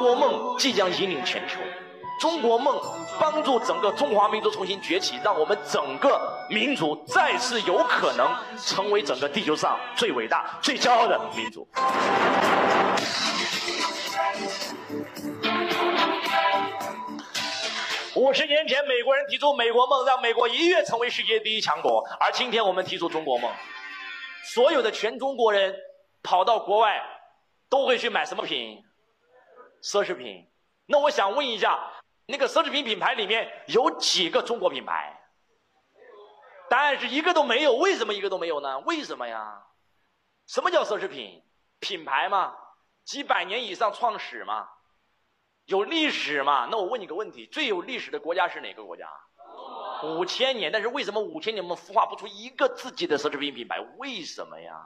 国梦即将引领全球，中国梦帮助整个中华民族重新崛起，让我们整个民族再次有可能成为整个地球上最伟大、最骄傲的民族。50年前，美国人提出美国梦，让美国一跃成为世界第一强国。而今天我们提出中国梦，所有的全中国人跑到国外都会去买什么品？奢侈品。那我想问一下，那个奢侈品品牌里面有几个中国品牌？答案是一个都没有。为什么一个都没有呢？为什么呀？什么叫奢侈品？品牌嘛，几百年以上创始嘛，有历史嘛。那我问你个问题，最有历史的国家是哪个国家？5000年。但是为什么5000年我们孵化不出一个自己的奢侈品品牌？为什么呀？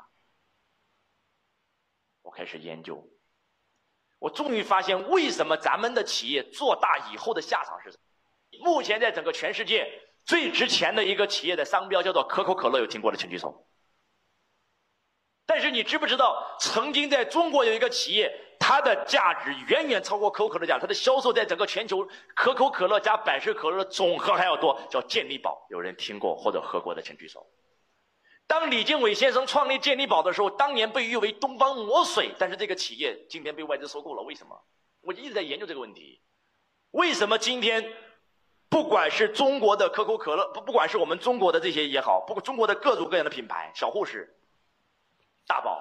我开始研究，我终于发现为什么咱们的企业做大以后的下场是什么。目前在整个全世界最值钱的一个企业的商标叫做可口可乐，有听过的请举手。但是你知不知道，曾经在中国有一个企业，它的价值远远超过可口可乐价值，它的销售在整个全球可口可乐加百事可乐的总和还要多，叫健力宝。有人听过或者喝过的请举手。当李经纬先生创立健力宝的时候，当年被誉为东方魔水，但是这个企业今天被外资收购了。为什么？我一直在研究这个问题。为什么今天不管是中国的可口可乐，不管是我们中国的这些也好，不管中国的各种各样的品牌，小护士、大宝、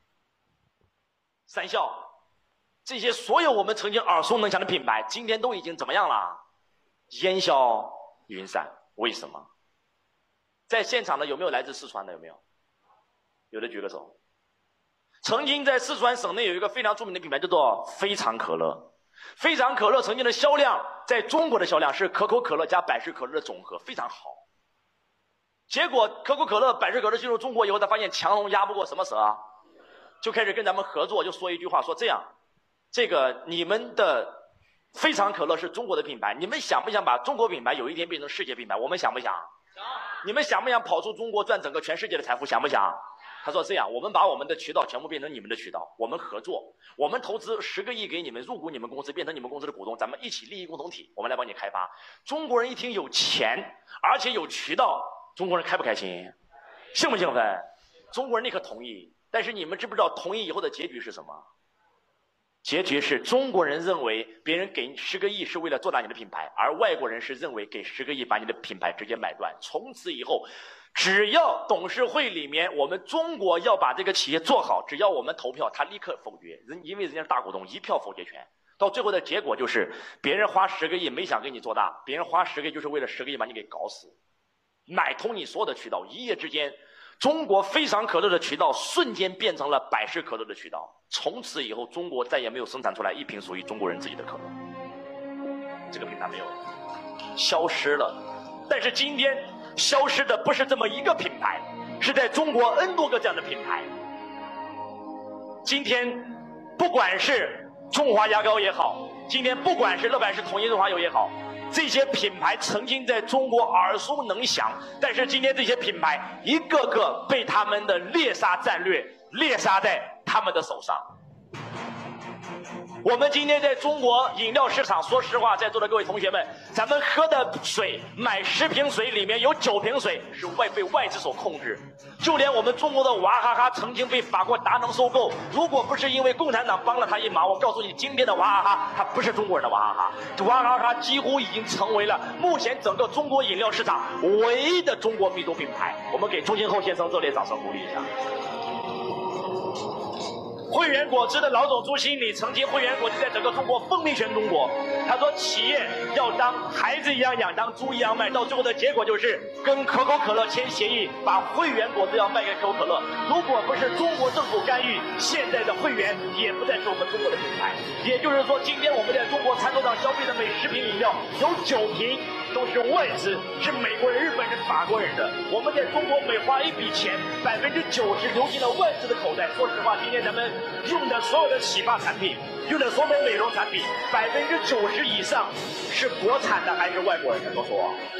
三笑，这些所有我们曾经耳熟能详的品牌，今天都已经怎么样了？烟消云散。为什么？在现场的有没有来自四川的？有没有？有的举个手。曾经在四川省内有一个非常著名的品牌叫做非常可乐。非常可乐曾经的销量，在中国的销量是可口可乐加百事可乐的总和，非常好。结果可口可乐、百事可乐进入中国以后，他发现强龙压不过什么蛇啊，就开始跟咱们合作，就说一句话，说这样，这个你们的非常可乐是中国的品牌，你们想不想把中国品牌有一天变成世界品牌？我们想不想？想。你们想不想跑出中国赚整个全世界的财富？想不想？他说这样，我们把我们的渠道全部变成你们的渠道，我们合作，我们投资10个亿给你们，入股你们公司，变成你们公司的股东，咱们一起利益共同体，我们来帮你开发。中国人一听有钱，而且有渠道，中国人开不开心？兴不兴奋？中国人立刻同意。但是你们知不知道同意以后的结局是什么？结局是中国人认为别人给10个亿是为了做大你的品牌，而外国人是认为给10个亿把你的品牌直接买断。从此以后，只要董事会里面我们中国要把这个企业做好，只要我们投票，他立刻否决，因为人家是大股东，一票否决权。到最后的结果就是别人花10个亿没想给你做大，别人花10个亿就是为了10个亿把你给搞死，买通你所有的渠道。一夜之间，中国非常可乐的渠道瞬间变成了百事可乐的渠道。从此以后，中国再也没有生产出来一瓶属于中国人自己的可乐，这个品牌没有了，消失了。但是今天消失的不是这么一个品牌，是在中国 N 多个这样的品牌。今天不管是中华牙膏也好，今天不管是乐百氏统一润滑油也好，这些品牌曾经在中国耳熟能详，但是今天这些品牌一个个被他们的猎杀战略猎杀在他们的手上。我们今天在中国饮料市场，说实话，在座的各位同学们，咱们喝的水，买10瓶水里面有9瓶水是被外资所控制。就连我们中国的娃哈哈曾经被法国达能收购，如果不是因为共产党帮了他一忙，我告诉你，今天的娃哈哈它不是中国人的娃哈哈，娃哈哈几乎已经成为了目前整个中国饮料市场唯一的中国民族品牌。我们给钟庆后先生热烈掌声鼓励一下。汇源果汁的老总朱新礼曾经汇源果汁在整个中国风靡全中国。他说企业要当孩子一样养，当猪一样卖，到最后的结果就是跟可口可乐签协议，把汇源果汁要卖给可口可乐。如果不是中国政府干预，现在的汇源也不再是我们中国的品牌。也就是说，今天我们在中国餐桌上消费的每10瓶饮料，有9瓶都是外资，是美国人、日本人、法国人的。我们在中国每花一笔钱，90%流进了外资的口袋。说实话，今天咱们用的所有的洗发产品，用的所有的美容产品，90%以上是国产的还是外国人的？都说。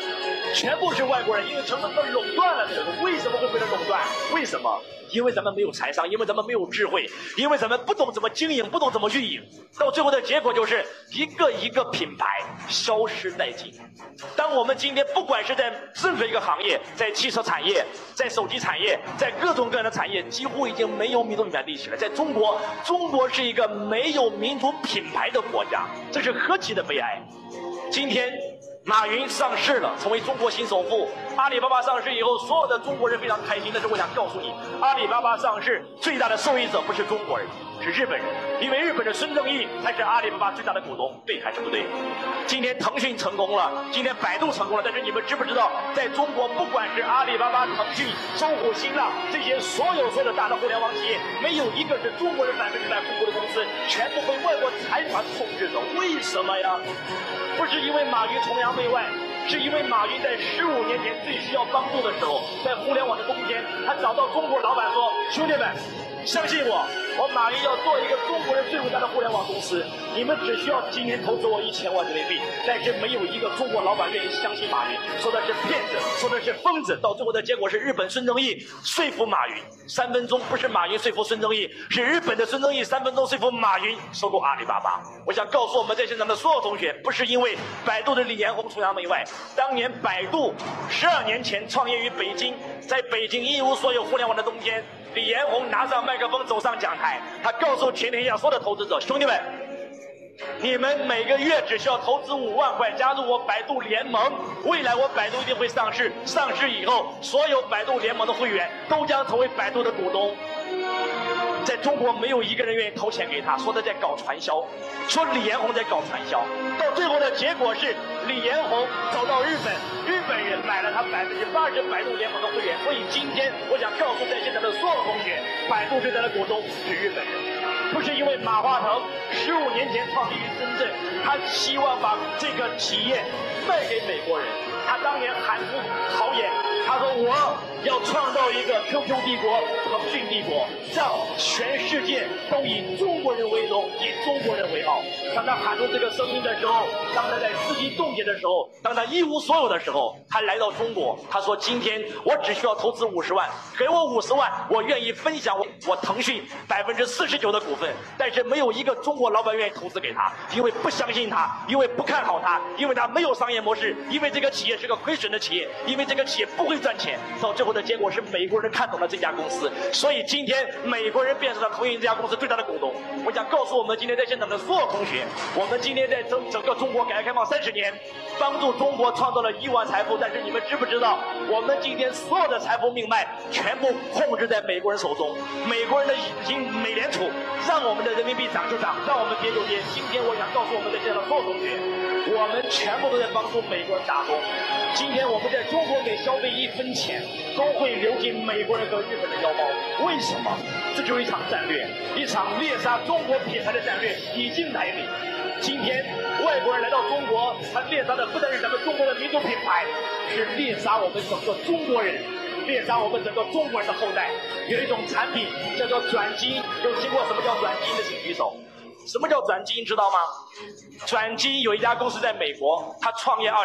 全部是外国人，因为成了垄断了这个。为什么会被垄断？为什么？因为咱们没有财商，因为咱们没有智慧，因为咱们不懂怎么经营，不懂怎么运营，到最后的结果就是一个一个品牌消失殆尽。当我们今天不管是在任何一个行业，在汽车产业，在手机产业，在各种各样的产业，几乎已经没有民族品牌立起了。在中国，中国是一个没有民族品牌的国家，这是何其的悲哀！今天马云上市了，成为中国新首富。阿里巴巴上市以后，所有的中国人非常开心。但是我想告诉你，阿里巴巴上市最大的受益者不是中国人，是日本人，因为日本的孙正义才是阿里巴巴最大的股东，对还是不对？今天腾讯成功了，今天百度成功了，但是你们知不知道，在中国，不管是阿里巴巴、腾讯、搜狐、新浪这些所有的大的互联网企业，没有一个是中国人100%控股的公司，全部被外国财团控制的。为什么呀？不是因为马云崇洋媚外，是因为马云在15年前最需要帮助的时候，在互联网的冬天，他找到中国老板说：“兄弟们，相信我，我马云要做一个中国人最伟大的互联网公司，你们只需要今年投资我1000万人民币。”但是没有一个中国老板愿意相信马云，说的是骗子，说的是疯子。到最后的结果是日本孙正义说服马云，3分钟不是马云说服孙正义，是日本的孙正义3分钟说服马云收购阿里巴巴。我想告诉我们在现场的所有同学，不是因为百度的李彦宏崇洋媚外，当年百度12年前创业于北京，在北京一无所有互联网的冬天，李彦宏拿上麦克风走上讲台，他告诉全天下所有的投资者：兄弟们，你们每个月只需要投资5万块，加入我百度联盟，未来我百度一定会上市，上市以后，所有百度联盟的会员都将成为百度的股东。在中国没有一个人愿意投钱给他，说他在搞传销，说李彦宏在搞传销。到最后的结果是，李彦宏走到日本，日本人买了他80%百度联盟的会员。所以今天我想告诉在现场的所有同学，百度最大的股东是日本人，不是因为马化腾15年前创立于深圳，他希望把这个企业卖给美国人。他当年喊出豪言，他说我要创造一个 QQ 帝国、腾讯帝国，让全世界都以中国人为荣，以中国人为傲。当他喊出这个声音的时候，当他在资金冻结的时候，当他一无所有的时候，他来到中国，他说今天我只需要投资50万，给我50万，我愿意分享我腾讯49%的股份。但是没有一个中国老板愿意投资给他，因为不相信他，因为不看好他，因为他没有商业模式，因为这个企业是个亏损的企业，因为这个企业不会赚钱。到最后的结果是美国人看懂了这家公司，所以今天美国人变成了腾讯这家公司最大的股东。我想告诉我们今天在现场的所有同学，我们今天在整个中国改革开放30年，帮助中国创造了亿万财富。但是你们知不知道，我们今天所有的财富命脉全部控制在美国人手中。美国人的美联储让我们的人民币涨就涨，让我们跌就跌。今天我想告诉我们在现场的所有同学，我们全部都在帮助美国人打工。今天我们在中国每消费1分钱，都会流进美国人和日本的腰包。为什么？这就是一场战略，一场猎杀中国品牌的战略已经来临。今天外国人来到中国，他猎杀的不但是咱们中国的民族品牌，是猎杀我们整个中国人，猎杀我们整个中国人的后代。有一种产品叫做转基因，有听过什么叫转基因的请举手。什么叫转基因知道吗？转基因有一家公司在美国，他创业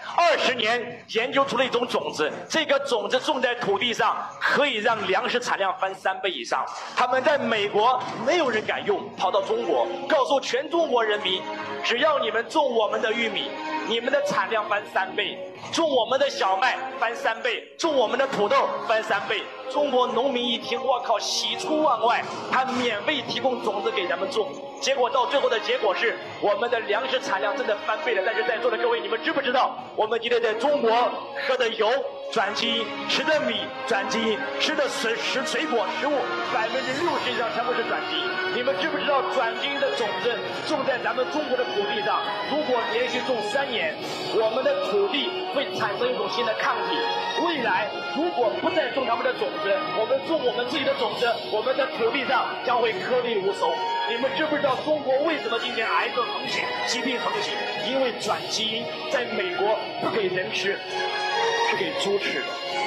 20年研究出了一种种子，这个种子种在土地上可以让粮食产量翻3倍以上。他们在美国没有人敢用，跑到中国告诉全中国人民，只要你们种我们的玉米，你们的产量翻3倍，种我们的小麦翻3倍，种我们的土豆翻3倍。中国农民一听，我靠，喜出望外，他免费提供种子给咱们种。结果到最后的结果是，我们的粮食产量真的翻倍了。但是在座的各位，你们知不知道，我们今天在中国喝的油转基因，吃的米转基因，吃的水果食物60%以上全部是转基因。你们知不知道转基因的种子种在咱们中国的土地上，如果连续种3年，我们的土地会产生一种新的抗体。未来如果不再种他们的种子，我们种我们自己的种子，我们的土地上将会颗粒无收。你们知不知道中国为什么今天癌症横行、疾病横行？因为转基因在美国不给人吃，是给猪吃的。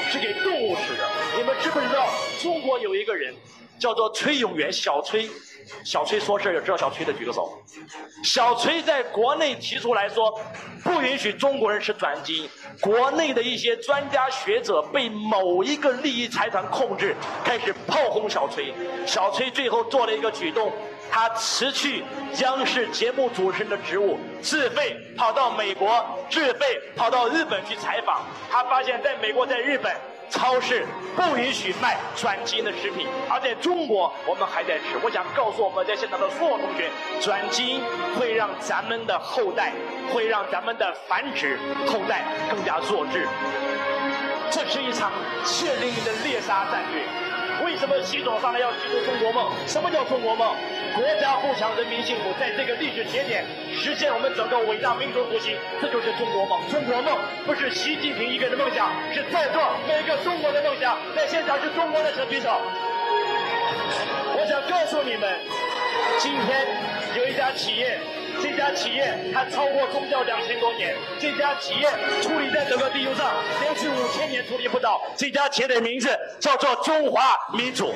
是给动物吃的。你们知不知道中国有一个人叫做崔永元，小崔？小崔说事儿，知道小崔的举个手。小崔在国内提出来说，不允许中国人吃转基因。国内的一些专家学者被某一个利益财团控制，开始炮轰小崔。小崔最后做了一个举动，他辞去央视节目主持人的职务，自费跑到美国，自费跑到日本去采访。他发现在美国，在日本超市不允许卖转基因的食品，而在中国我们还在吃。我想告诉我们在现场的所有同学，转基因会让咱们的后代，会让咱们的繁殖后代更加弱智。这是一场血淋淋的猎杀战略。为什么习总上来要提出中国梦？什么叫中国梦？国家富强，人民幸福，在这个历史节点实现我们整个伟大民族复兴，这就是中国梦。中国梦不是习近平一个人的梦想，是在座每个中国的梦想。在现场是中国的请举手。我想告诉你们，今天有一家企业。这家企业它超过宗教2000多年，这家企业矗立在整个地球上连续5000年矗立不倒。这家企业的名字叫做中华民族。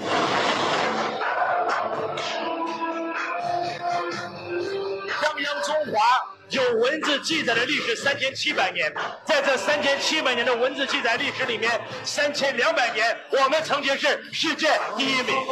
泱泱中华有文字记载的历史3700年，在这3700年的文字记载历史里面，3200年我们曾经是世界第1名。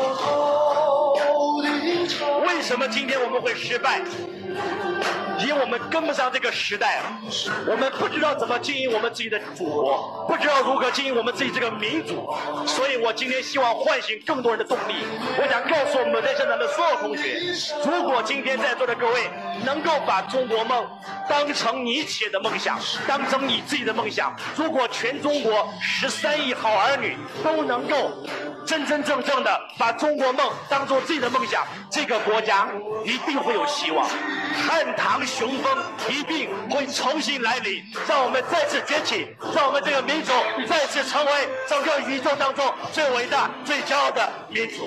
为什么今天我们会失败？因为我们跟不上这个时代了，我们不知道怎么经营我们自己的祖国，不知道如何经营我们自己这个民族，所以我今天希望唤醒更多人的动力。我想告诉我们在现场的所有同学，如果今天在座的各位能够把中国梦当成你企业的梦想，当成你自己的梦想，如果全中国13亿好儿女都能够真真正正的把中国梦当作自己的梦想，这个国家一定会有希望，汉唐雄风一定会重新来临，让我们再次崛起，让我们这个民族再次成为整个宇宙当中最伟大、最骄傲的民族。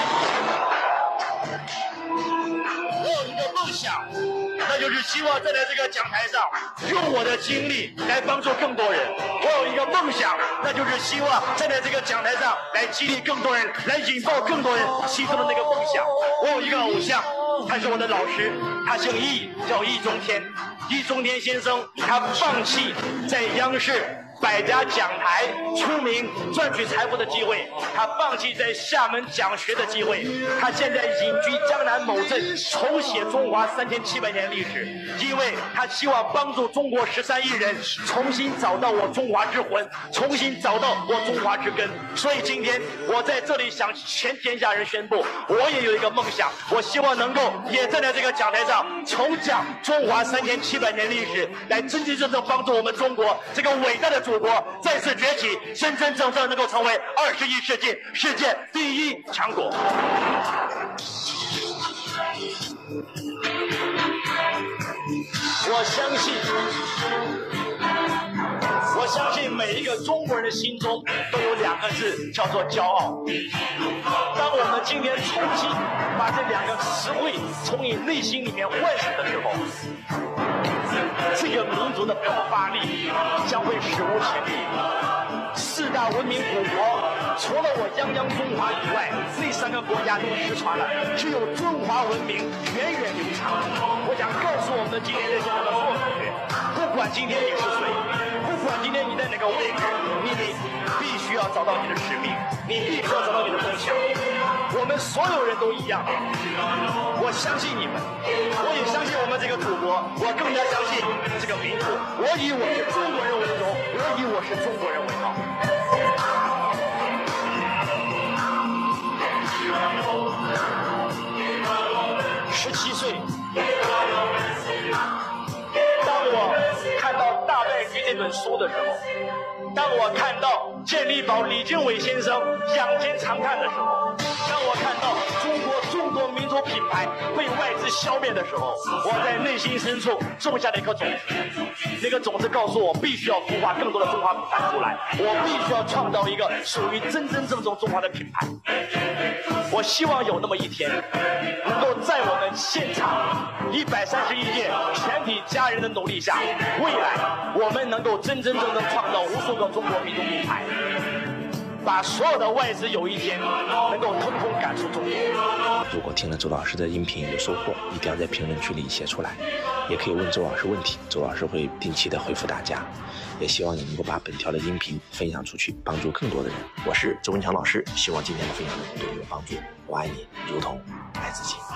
我有一个梦想，那就是希望站在这个讲台上，用我的经历来帮助更多人。我有一个梦想，那就是希望站在这个讲台上来激励更多人，来引爆更多人心中的那个梦想。我有一个偶像，他是我的老师，他姓易，叫易中天。易中天先生，他放弃在央视百家讲台出名赚取财富的机会，他放弃在厦门讲学的机会，他现在隐居江南某镇，重写中华3700年历史，因为他希望帮助中国13亿人重新找到我中华之魂，重新找到我中华之根。所以今天我在这里向全天下人宣布，我也有一个梦想，我希望能够也站在这个讲台上重讲中华3700年历史，来真真正正帮助我们中国这个伟大的祖国再次崛起，真真正正能够成为21世纪世界第1强国。我相信每一个中国人的心中都有2个字，叫做骄傲。当我们今天重新把这2个词汇从你内心里面唤醒的时候，这个民族的爆发力将会史无前例。4大文明古国，除了我泱泱中华以外，那3个国家都失传了，只有中华文明源远流长。我想告诉我们今天在现场的所有同学，不管今天你是谁，不管今天你在哪个位置，你必须要找到你的使命，你必须要找到你的梦想。我们所有人都一样，我相信你们，我也相信我们这个祖国，我更加相信这个民族。我以我是中国人为荣，我以我是中国人为傲。17岁，当我看到《大败局》这本书的时候，当我看到健力宝李经纬先生仰天长叹的时候，当我看到中国众多民族品牌被外资消灭的时候，我在内心深处种下了一颗种子。那个种子告诉我，必须要孵化更多的中华品牌出来，我必须要创造一个属于真真正正中华的品牌。我希望有那么一天，能够在我们现场131届全体家人的努力下，未来我们能够真正创造无数个中国民族品牌，把所有的外资有一天能够通通赶出中国。 如果听了周老师的音频有收获，一定要在评论区里写出来，也可以问周老师问题，周老师会定期的回复大家。也希望你能够把本条的音频分享出去，帮助更多的人。我是周文强老师，希望今天的分享对你有帮助。我爱你，如同爱自己。